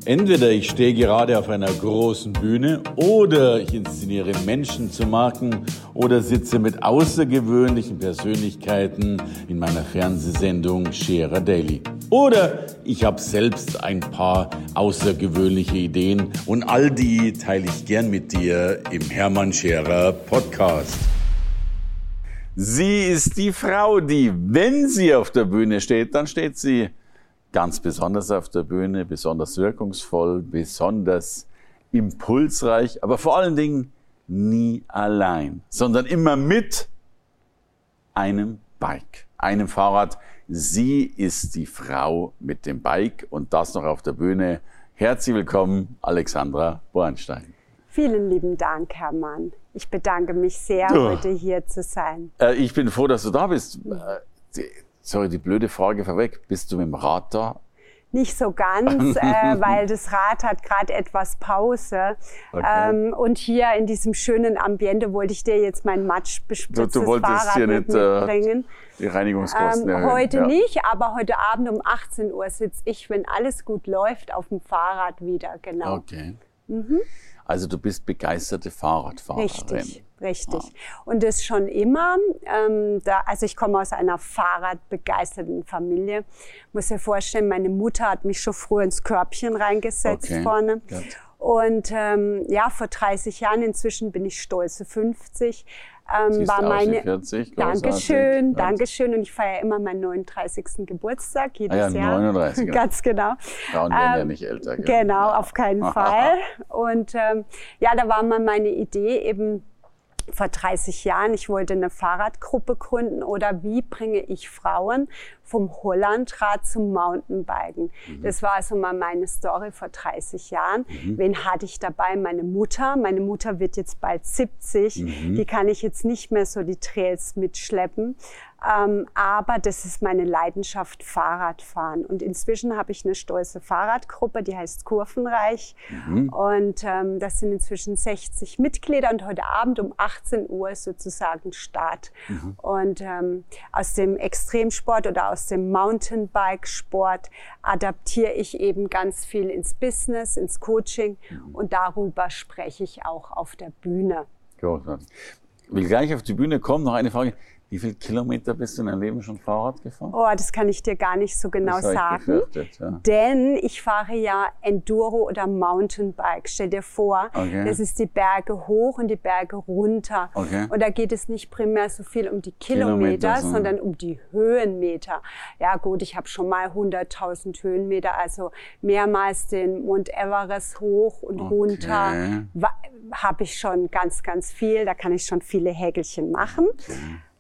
Entweder ich stehe gerade auf einer großen Bühne oder ich inszeniere Menschen zu Marken oder sitze mit außergewöhnlichen Persönlichkeiten in meiner Fernsehsendung Scherer Daily. Oder ich habe selbst ein paar außergewöhnliche Ideen und all die teile ich gern mit dir im Hermann Scherer Podcast. Sie ist die Frau, die, wenn sie auf der Bühne steht, dann steht sie ganz besonders auf der Bühne, besonders wirkungsvoll, besonders impulsreich, aber vor allen Dingen nie allein, sondern immer mit einem Bike, einem Fahrrad. Sie ist die Frau mit dem Bike und das noch auf der Bühne. Herzlich willkommen, Alexandra Bornstein. Vielen lieben Dank, Hermann. Ich bedanke mich sehr, heute hier zu sein. Ich bin froh, dass du da bist. Sorry, die blöde Frage vorweg. Bist du mit dem Rad da? Nicht so ganz, weil das Rad hat gerade etwas Pause. Okay. Und hier in diesem schönen Ambiente wollte ich dir jetzt mein matschbespritztes Fahrrad hier nicht mitbringen. Die Reinigungskosten erhöhen. Heute nicht, aber heute Abend um 18 Uhr sitze ich, wenn alles gut läuft, auf dem Fahrrad wieder. Genau. Okay. Mhm. Also du bist begeisterte Fahrradfahrerin. Richtig. Ja. Und das schon immer. Also ich komme aus einer fahrradbegeisterten Familie. Muss dir vorstellen, meine Mutter hat mich schon früh ins Körbchen reingesetzt vorne. Gut. Und vor 30 Jahren, inzwischen bin ich stolze 50, war meine 40, Dankeschön. Und ich feiere immer meinen 39. Geburtstag jedes Jahr. 39. Ganz genau. Frauen werden ja nicht älter. Genau, auf keinen Fall. Und da war mal meine Idee eben vor 30 Jahren, ich wollte eine Fahrradgruppe gründen oder wie bringe ich Frauen vom Hollandrad zum Mountainbiken. Mhm. Das war also mal meine Story vor 30 Jahren. Mhm. Wen hatte ich dabei? Meine Mutter. Meine Mutter wird jetzt bald 70. Mhm. Die kann ich jetzt nicht mehr so die Trails mitschleppen. Aber das ist meine Leidenschaft, Fahrradfahren. Und inzwischen habe ich eine stolze Fahrradgruppe, die heißt Kurvenreich. Mhm. Und das sind inzwischen 60 Mitglieder. Und heute Abend um 18 Uhr ist sozusagen Start. Mhm. Und aus dem Extremsport oder aus dem Mountainbike-Sport adaptiere ich eben ganz viel ins Business, ins Coaching. Mhm. Und darüber spreche ich auch auf der Bühne. Großartig. Ich will gleich auf die Bühne kommen. Noch eine Frage. Wie viele Kilometer bist du in deinem Leben schon Fahrrad gefahren? Oh, das kann ich dir gar nicht so genau sagen. Ja. Denn ich fahre ja Enduro oder Mountainbike. Stell dir vor, das ist die Berge hoch und die Berge runter. Okay. Und da geht es nicht primär so viel um die Kilometer sondern um die Höhenmeter. Ja gut, ich habe schon mal 100.000 Höhenmeter, also mehrmals den Mount Everest hoch und runter. Habe ich schon ganz, ganz viel. Da kann ich schon viele Häkelchen machen. Okay.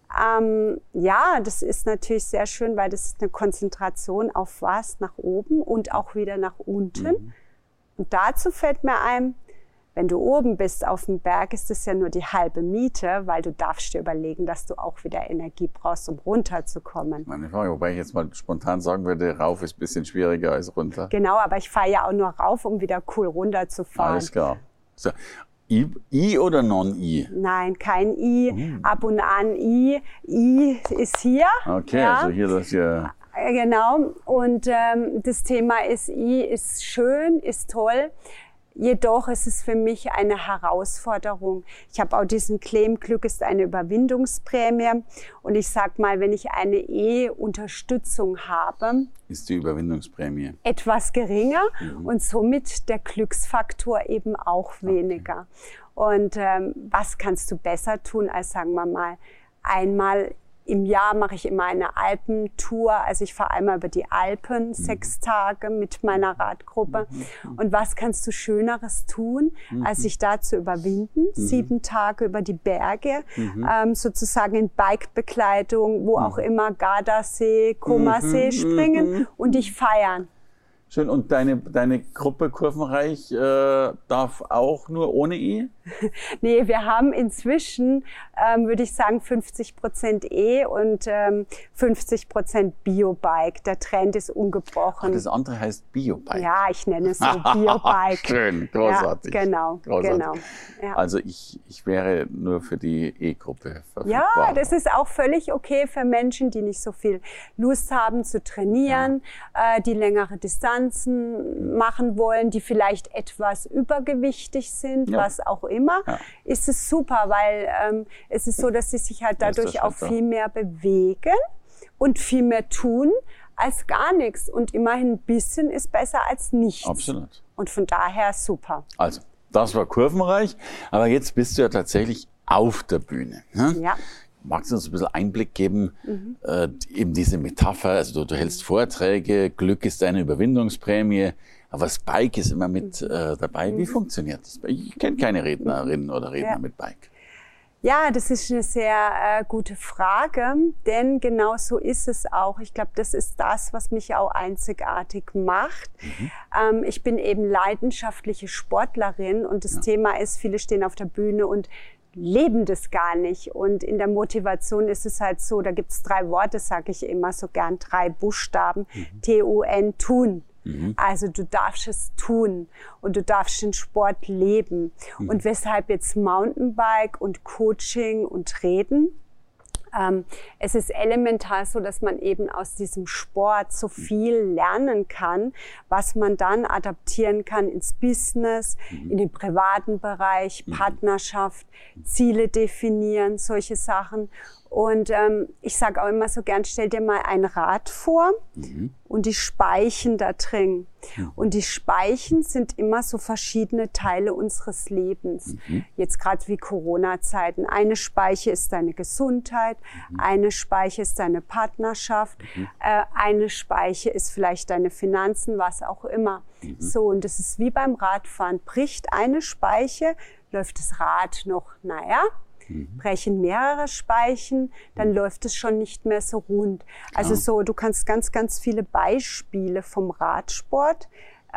Das ist natürlich sehr schön, weil das ist eine Konzentration auf was nach oben und auch wieder nach unten. Mhm. Und dazu fällt mir ein, wenn du oben bist auf dem Berg, ist das ja nur die halbe Miete, weil du darfst dir überlegen, dass du auch wieder Energie brauchst, um runterzukommen. Meine Frage, wobei ich jetzt mal spontan sagen würde, rauf ist ein bisschen schwieriger als runter. Genau, aber ich fahre ja auch nur rauf, um wieder cool runterzufahren. Alles klar. So. I oder Non-I? Nein, kein I. Ab und an I. I ist hier. Okay, ja. Also hier das hier. Genau. Und das Thema ist I, ist schön, ist toll. Jedoch ist es für mich eine Herausforderung. Ich habe auch diesen Claim, Glück ist eine Überwindungsprämie. Und ich sag mal, wenn ich eine E-Unterstützung habe, ist die Überwindungsprämie etwas geringer und somit der Glücksfaktor eben auch weniger. Und was kannst du besser tun als, sagen wir mal, einmal im Jahr mache ich immer eine Alpentour, also ich fahre einmal über die Alpen, 6 Tage mit meiner Radgruppe. Und was kannst du Schöneres tun, als sich da zu überwinden? 7 Tage über die Berge, sozusagen in Bikebekleidung, wo auch immer, Gardasee, Comasee springen und dich feiern. Schön. Und deine Gruppe Kurvenreich darf auch nur ohne I? Nee, wir haben inzwischen, würde ich sagen, 50% E und 50% Biobike. Der Trend ist ungebrochen. Ach, das andere heißt Biobike. Ja, ich nenne es so Biobike. Schön, großartig. Ja, genau. Ja. Also ich wäre nur für die E-Gruppe verfügbar. Ja, das ist auch völlig okay für Menschen, die nicht so viel Lust haben zu trainieren, die längere Distanzen machen wollen, die vielleicht etwas übergewichtig sind, was auch immer. Ja. Ist es super, weil es ist so, dass sie sich halt dadurch auch viel mehr bewegen und viel mehr tun als gar nichts. Und immerhin ein bisschen ist besser als nichts. Absolut. Und von daher super. Also, das war kurvenreich, aber jetzt bist du ja tatsächlich auf der Bühne. Ne? Ja. Magst du uns ein bisschen Einblick geben, eben diese Metapher, also du hältst Vorträge, Glück ist eine Überwindungsprämie, aber das Bike ist immer mit dabei. Wie funktioniert das? Ich kenne keine Rednerinnen oder Redner mit Bike. Ja, das ist eine sehr gute Frage, denn genau so ist es auch. Ich glaube, das ist das, was mich auch einzigartig macht. Ich bin eben leidenschaftliche Sportlerin und das Thema ist, viele stehen auf der Bühne und leben das gar nicht. Und in der Motivation ist es halt so, da gibt es 3 Worte, sage ich immer so gern, 3 Buchstaben, T-U-N, tun. Also du darfst es tun und du darfst den Sport leben. Und weshalb jetzt Mountainbike und Coaching und Reden? Es ist elementar so, dass man eben aus diesem Sport so viel lernen kann, was man dann adaptieren kann ins Business, in den privaten Bereich, Partnerschaft, Ziele definieren, solche Sachen. Und ich sage auch immer so gern, stell dir mal ein Rad vor und die Speichen da drin. Und die Speichen sind immer so verschiedene Teile unseres Lebens. Jetzt gerade wie Corona-Zeiten. Eine Speiche ist deine Gesundheit, eine Speiche ist deine Partnerschaft, eine Speiche ist vielleicht deine Finanzen, was auch immer. So, und das ist wie beim Radfahren. Bricht eine Speiche, läuft das Rad noch, brechen mehrere Speichen, dann läuft es schon nicht mehr so rund. Also so, du kannst ganz, ganz viele Beispiele vom Radsport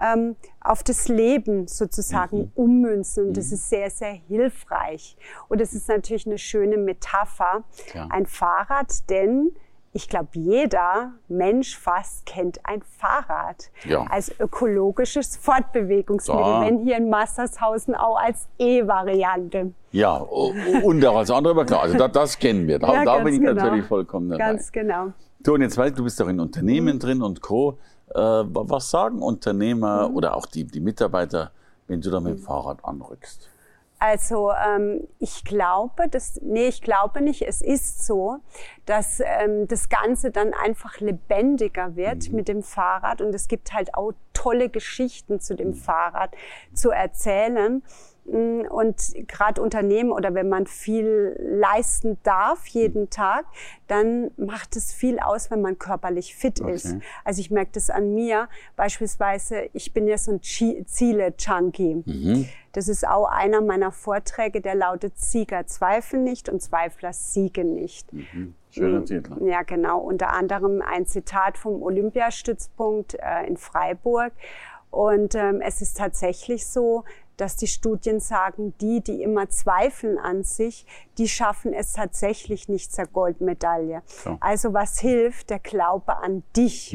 auf das Leben sozusagen ummünzen. Und das ist sehr, sehr hilfreich. Und das ist natürlich eine schöne Metapher. Ein Fahrrad, denn ich glaube, jeder Mensch fast kennt ein Fahrrad als ökologisches Fortbewegungsmittel, wenn hier in Mastershausen auch als E-Variante. Ja, und auch als andere, aber klar, also das kennen wir. Da bin ich natürlich vollkommen dabei. Ganz genau. Du, und jetzt weißt du, bist doch in Unternehmen drin und Co. Was sagen Unternehmer oder auch die Mitarbeiter, wenn du da mit dem Fahrrad anrückst? Also ich glaube nicht. Es ist so, dass das Ganze dann einfach lebendiger wird mit dem Fahrrad. Und es gibt halt auch tolle Geschichten zu dem Fahrrad zu erzählen. Und gerade Unternehmen oder wenn man viel leisten darf jeden Tag, dann macht es viel aus, wenn man körperlich fit ist. Also ich merke das an mir. Beispielsweise, ich bin ja so ein Ziele-Junkie. Das ist auch einer meiner Vorträge, der lautet: Sieger zweifeln nicht und Zweifler siegen nicht. Schöner Titel. Ja, genau. Unter anderem ein Zitat vom Olympiastützpunkt in Freiburg. Und es ist tatsächlich so, dass die Studien sagen, die immer zweifeln an sich, die schaffen es tatsächlich nicht zur Goldmedaille. Also was hilft? Der Glaube an dich.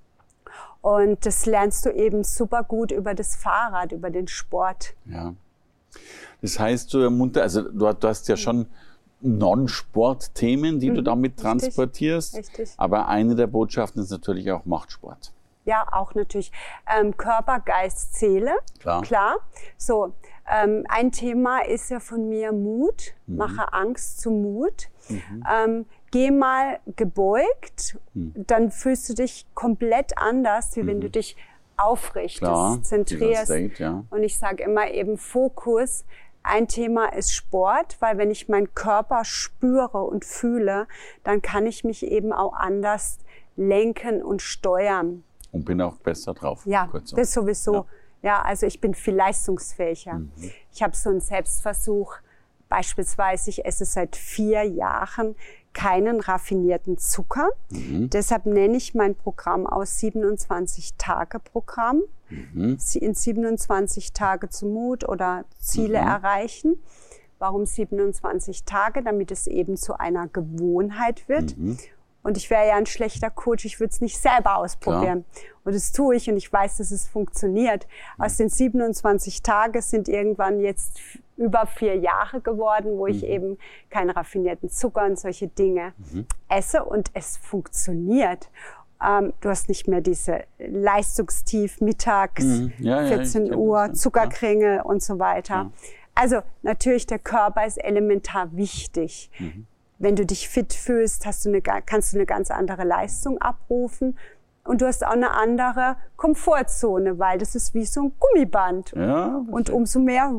Und das lernst du eben super gut über das Fahrrad, über den Sport. Ja. Das heißt, du hast ja schon Non-Sport-Themen, die du damit transportierst. Richtig. Aber eine der Botschaften ist natürlich auch Machtsport. Ja, auch natürlich Körper, Geist, Seele. Klar. So, ein Thema ist ja von mir Mut. Mache Angst zu Mut. Geh mal gebeugt, dann fühlst du dich komplett anders, wie wenn du dich aufrichtest, zentrierst. Und ich sage immer eben Fokus. Ein Thema ist Sport, weil wenn ich meinen Körper spüre und fühle, dann kann ich mich eben auch anders lenken und steuern. Und bin auch besser drauf. Ja, das sowieso. Ja, also ich bin viel leistungsfähiger. Ich habe so einen Selbstversuch. Beispielsweise, ich esse seit 4 Jahren keinen raffinierten Zucker. Deshalb nenne ich mein Programm auch 27-Tage-Programm. In 27 Tage zum Mut oder Ziele erreichen. Warum 27 Tage? Damit es eben zu einer Gewohnheit wird. Und ich wäre ja ein schlechter Coach, ich würde es nicht selber ausprobieren. Klar. Und das tue ich und ich weiß, dass es funktioniert. Aus den 27 Tagen sind irgendwann jetzt über 4 Jahre geworden, wo ich eben keinen raffinierten Zucker und solche Dinge esse und es funktioniert. Du hast nicht mehr diese Leistungstief mittags, 14 Uhr, Zuckerkringel und so weiter. Ja. Also natürlich, der Körper ist elementar wichtig. Wenn du dich fit fühlst, kannst du eine ganz andere Leistung abrufen. Und du hast auch eine andere Komfortzone, weil das ist wie so ein Gummiband. Ja, und umso mehr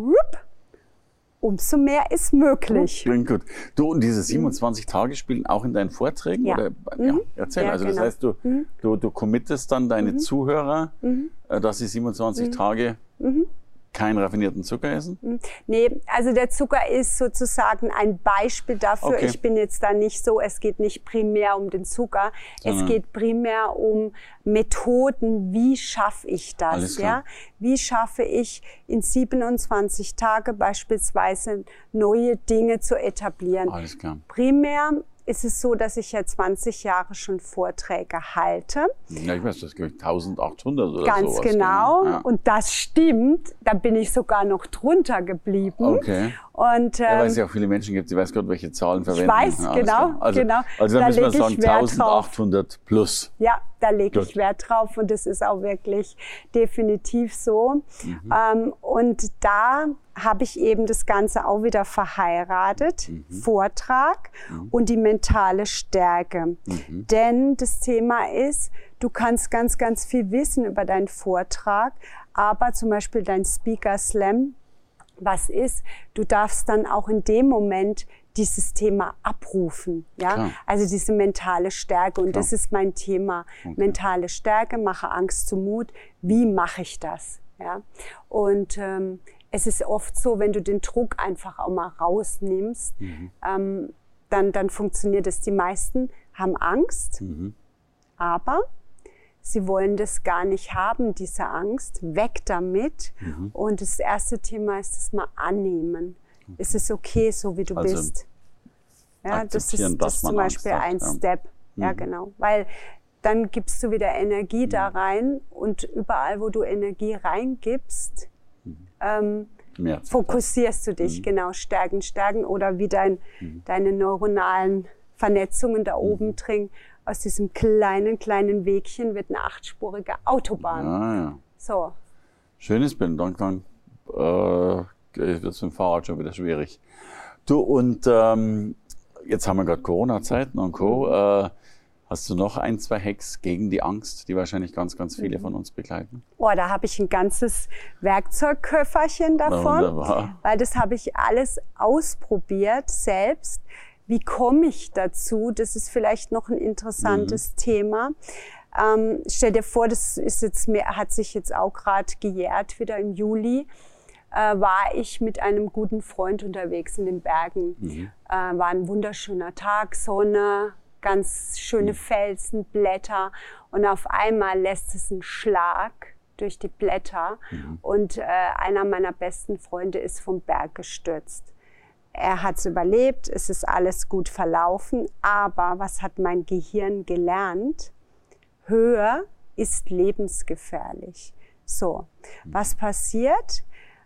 ist möglich. Klingt gut. Du, und diese 27 Tage spielen auch in deinen Vorträgen? Ja. Oder? Ja, erzähl. Ja, also das heißt, du committest dann deine Zuhörer, dass sie 27 Tage keinen raffinierten Zucker essen? Nee, also der Zucker ist sozusagen ein Beispiel dafür. Okay. Ich bin jetzt da nicht so, es geht nicht primär um den Zucker, es geht primär um Methoden, wie schaffe ich das? Ja? Wie schaffe ich in 27 Tage beispielsweise neue Dinge zu etablieren? Alles klar. Primär ist es so, dass ich ja 20 Jahre schon Vorträge halte. Ja, ich weiß, das glaube ich 1800 oder so. Ganz sowas. genau. Ja. Und das stimmt. Da bin ich sogar noch drunter geblieben. Okay. Und, ja, weil es ja auch viele Menschen gibt, die weiß Gott, welche Zahlen verwenden. Ich weiß, ja, genau. Also da müssen wir sagen 1800 plus. Ja, da lege ich Wert drauf und das ist auch wirklich definitiv so. Und da habe ich eben das Ganze auch wieder verheiratet, Vortrag und die mentale Stärke. Denn das Thema ist, du kannst ganz, ganz viel wissen über deinen Vortrag, aber zum Beispiel dein Speaker Slam, was ist, du darfst dann auch in dem Moment dieses Thema abrufen, ja, Klar. also diese mentale Stärke und das ist mein Thema, mentale Stärke, mache Angst zu Mut, wie mache ich das, ja, und es ist oft so, wenn du den Druck einfach auch mal rausnimmst, dann funktioniert es. Die meisten haben Angst, aber sie wollen das gar nicht haben, diese Angst. Weg damit. Und das erste Thema ist das mal annehmen. Es ist okay, so wie du bist. Ja, das ist zum Beispiel ein Step. Ja, genau. Weil dann gibst du wieder Energie da rein und überall, wo du Energie reingibst, fokussierst du dich. Genau, stärken oder wie deine neuronalen Vernetzungen da oben drin. Aus diesem kleinen Wegchen wird eine 8-spurige Autobahn. Ja. So. Schönes Bild. Dann wird es mit dem Fahrrad schon wieder schwierig. Du, und jetzt haben wir gerade Corona-Zeiten und Co. Hast du noch 1, 2 Hacks gegen die Angst, die wahrscheinlich ganz, ganz viele von uns begleiten? Oh, da habe ich ein ganzes Werkzeugköfferchen davon. Wunderbar. Weil das habe ich alles ausprobiert selbst. Wie komme ich dazu? Das ist vielleicht noch ein interessantes Thema. Stell dir vor, das ist hat sich jetzt auch gerade gejährt, wieder im Juli. War ich mit einem guten Freund unterwegs in den Bergen. War ein wunderschöner Tag, Sonne, ganz schöne Felsen, Blätter und auf einmal lässt es einen Schlag durch die Blätter und einer meiner besten Freunde ist vom Berg gestürzt. Er hat es überlebt, es ist alles gut verlaufen, aber was hat mein Gehirn gelernt? Höhe ist lebensgefährlich. So, was passiert?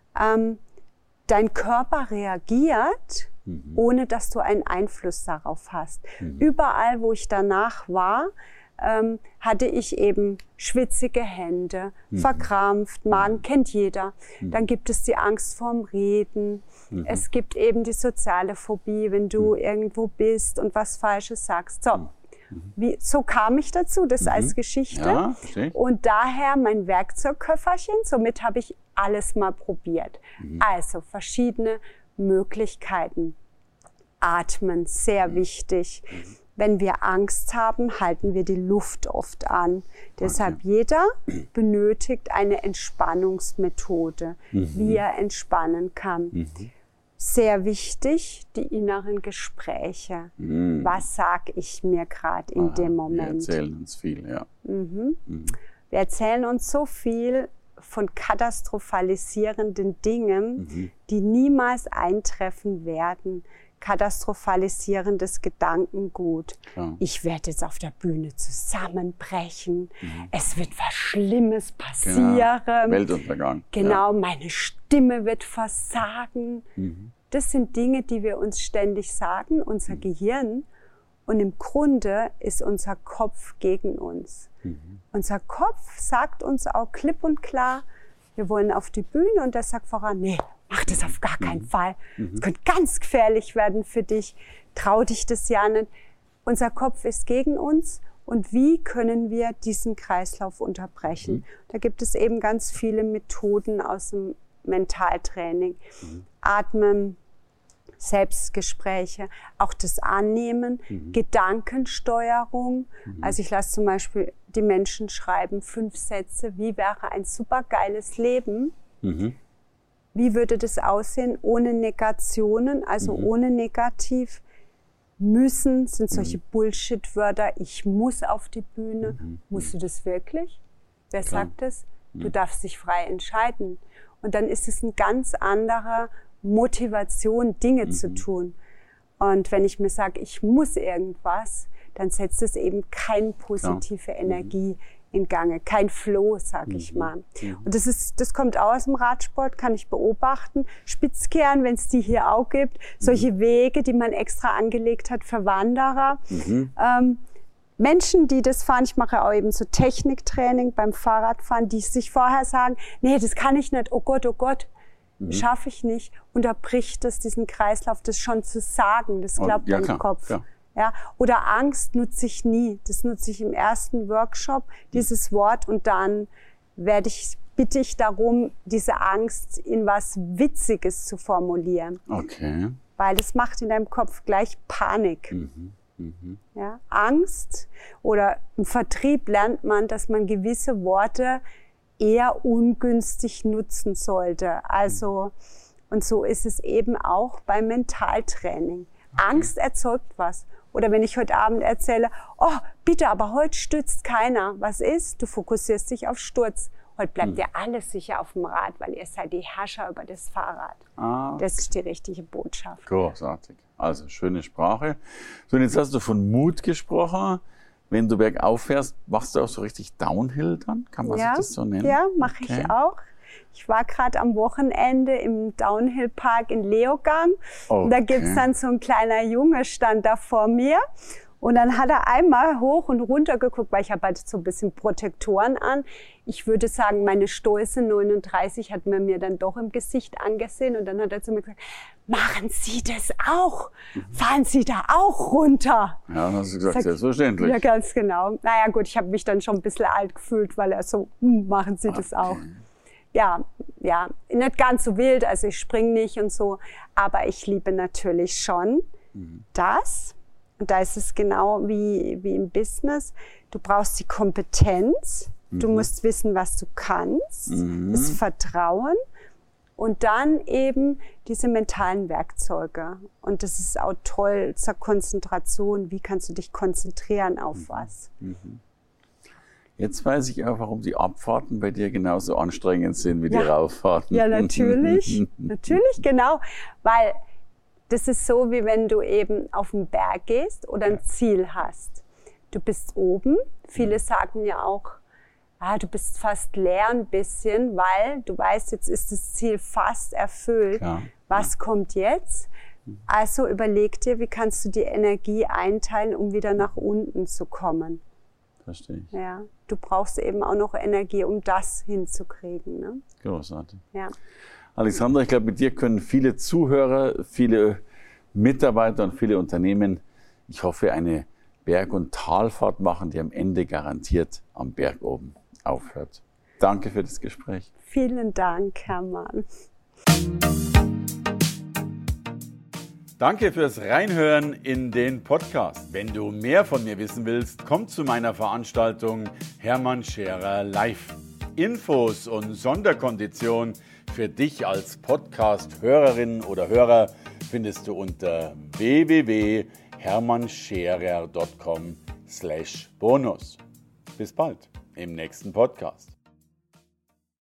Dein Körper reagiert, ohne dass du einen Einfluss darauf hast. Überall, wo ich danach war, hatte ich eben schwitzige Hände, verkrampft, Magen kennt jeder. Dann gibt es die Angst vorm Reden. Es gibt eben die soziale Phobie, wenn du irgendwo bist und was Falsches sagst. So, so kam ich dazu, das als Geschichte. Ja, und daher mein Werkzeugköfferchen, somit habe ich alles mal probiert. Also verschiedene Möglichkeiten. Atmen, sehr wichtig. Wenn wir Angst haben, halten wir die Luft oft an. Deshalb jeder benötigt eine Entspannungsmethode, wie er entspannen kann. Sehr wichtig, die inneren Gespräche. Was sage ich mir gerade in dem Moment? Wir erzählen uns viel, ja. Wir erzählen uns so viel von katastrophalisierenden Dingen, die niemals eintreffen werden. Katastrophalisierendes Gedankengut. Klar. Ich werde jetzt auf der Bühne zusammenbrechen. Es wird was Schlimmes passieren. Genau. Weltuntergang. Genau, meine Stimme wird versagen. Das sind Dinge, die wir uns ständig sagen, unser Gehirn. Und im Grunde ist unser Kopf gegen uns. Unser Kopf sagt uns auch klipp und klar, wir wollen auf die Bühne, und der sagt voran, nee, mach das auf gar keinen Fall. Es könnte ganz gefährlich werden für dich. Trau dich das ja nicht. Unser Kopf ist gegen uns. Und wie können wir diesen Kreislauf unterbrechen? Da gibt es eben ganz viele Methoden aus dem Mentaltraining. Atmen, Selbstgespräche, auch das Annehmen, Gedankensteuerung. Also ich lasse zum Beispiel die Menschen schreiben 5 Sätze, wie wäre ein supergeiles Leben? Wie würde das aussehen ohne Negationen, also ohne negativ? Müssen sind solche Bullshit-Wörter. Ich muss auf die Bühne. Musst du das wirklich? Wer sagt das? Du darfst dich frei entscheiden. Und dann ist es ein ganz anderer Motivation, Dinge zu tun. Und wenn ich mir sage, ich muss irgendwas, dann setzt es eben keine positive Energie in Gange, kein Flow, sage ich mal. Und das kommt auch aus dem Radsport, kann ich beobachten. Spitzkehren, wenn es die hier auch gibt, solche Wege, die man extra angelegt hat für Wanderer. Menschen, die das fahren, ich mache auch eben so Techniktraining beim Fahrradfahren, die sich vorher sagen, nee, das kann ich nicht, oh Gott, schaffe ich nicht, unterbricht das diesen Kreislauf, das schon zu sagen, das glaubt im Kopf. Ja. Ja, oder Angst nutze ich nie. Das nutze ich im ersten Workshop, dieses Wort, und dann bitte ich darum, diese Angst in was Witziges zu formulieren. Okay. Weil das macht in deinem Kopf gleich Panik. Ja, Angst, oder im Vertrieb lernt man, dass man gewisse Worte eher ungünstig nutzen sollte. Also, und so ist es eben auch beim Mentaltraining. Angst erzeugt was. Oder wenn ich heute Abend erzähle, oh, bitte, aber heute stürzt keiner. Was ist? Du fokussierst dich auf Sturz. Heute bleibt dir alles sicher auf dem Rad, weil ihr seid die Herrscher über das Fahrrad. Okay. Das ist die richtige Botschaft. Großartig. Also, schöne Sprache. So, und jetzt hast du von Mut gesprochen. Wenn du bergauf fährst, machst du auch so richtig Downhill dann? Kann man sich das so nennen? Ja, mache ich auch. Ich war gerade am Wochenende im Downhill-Park in Leogang. Und da gibt's dann so ein kleiner Junge, stand da vor mir. Und dann hat er einmal hoch und runter geguckt, weil ich habe halt so ein bisschen Protektoren an. Ich würde sagen, meine Stolze 39 hat man mir dann doch im Gesicht angesehen. Und dann hat er zu mir gesagt, machen Sie das auch? Fahren Sie da auch runter? Ja, dann hast du gesagt, selbstverständlich. Ja, ganz genau. Naja gut, ich habe mich dann schon ein bisschen alt gefühlt, weil er so, machen Sie das auch? Ja, nicht ganz so wild, also ich springe nicht und so. Aber ich liebe natürlich schon das. Und da ist es genau wie im Business. Du brauchst die Kompetenz. Du musst wissen, was du kannst. Das Vertrauen. Und dann eben diese mentalen Werkzeuge. Und das ist auch toll zur Konzentration. Wie kannst du dich konzentrieren auf was? Jetzt weiß ich auch, warum die Abfahrten bei dir genauso anstrengend sind wie die Rauffahrten. Ja, natürlich. Natürlich, genau. Weil das ist so, wie wenn du eben auf den Berg gehst oder ein Ziel hast. Du bist oben. Viele sagen ja auch, du bist fast leer ein bisschen, weil du weißt, jetzt ist das Ziel fast erfüllt. Ja. Was kommt jetzt? Also überleg dir, wie kannst du die Energie einteilen, um wieder nach unten zu kommen. Verstehe ich. Ja, du brauchst eben auch noch Energie, um das hinzukriegen. Ne? Großartig. Ja. Alexandra, ich glaube, mit dir können viele Zuhörer, viele Mitarbeiter und viele Unternehmen, ich hoffe, eine Berg- und Talfahrt machen, die am Ende garantiert am Berg oben aufhört. Danke für das Gespräch. Vielen Dank, Hermann. Danke fürs Reinhören in den Podcast. Wenn du mehr von mir wissen willst, komm zu meiner Veranstaltung Hermann Scherer Live. Infos und Sonderkonditionen für dich als Podcast-Hörerin oder Hörer findest du unter www.hermannscherer.com/bonus. Bis bald im nächsten Podcast.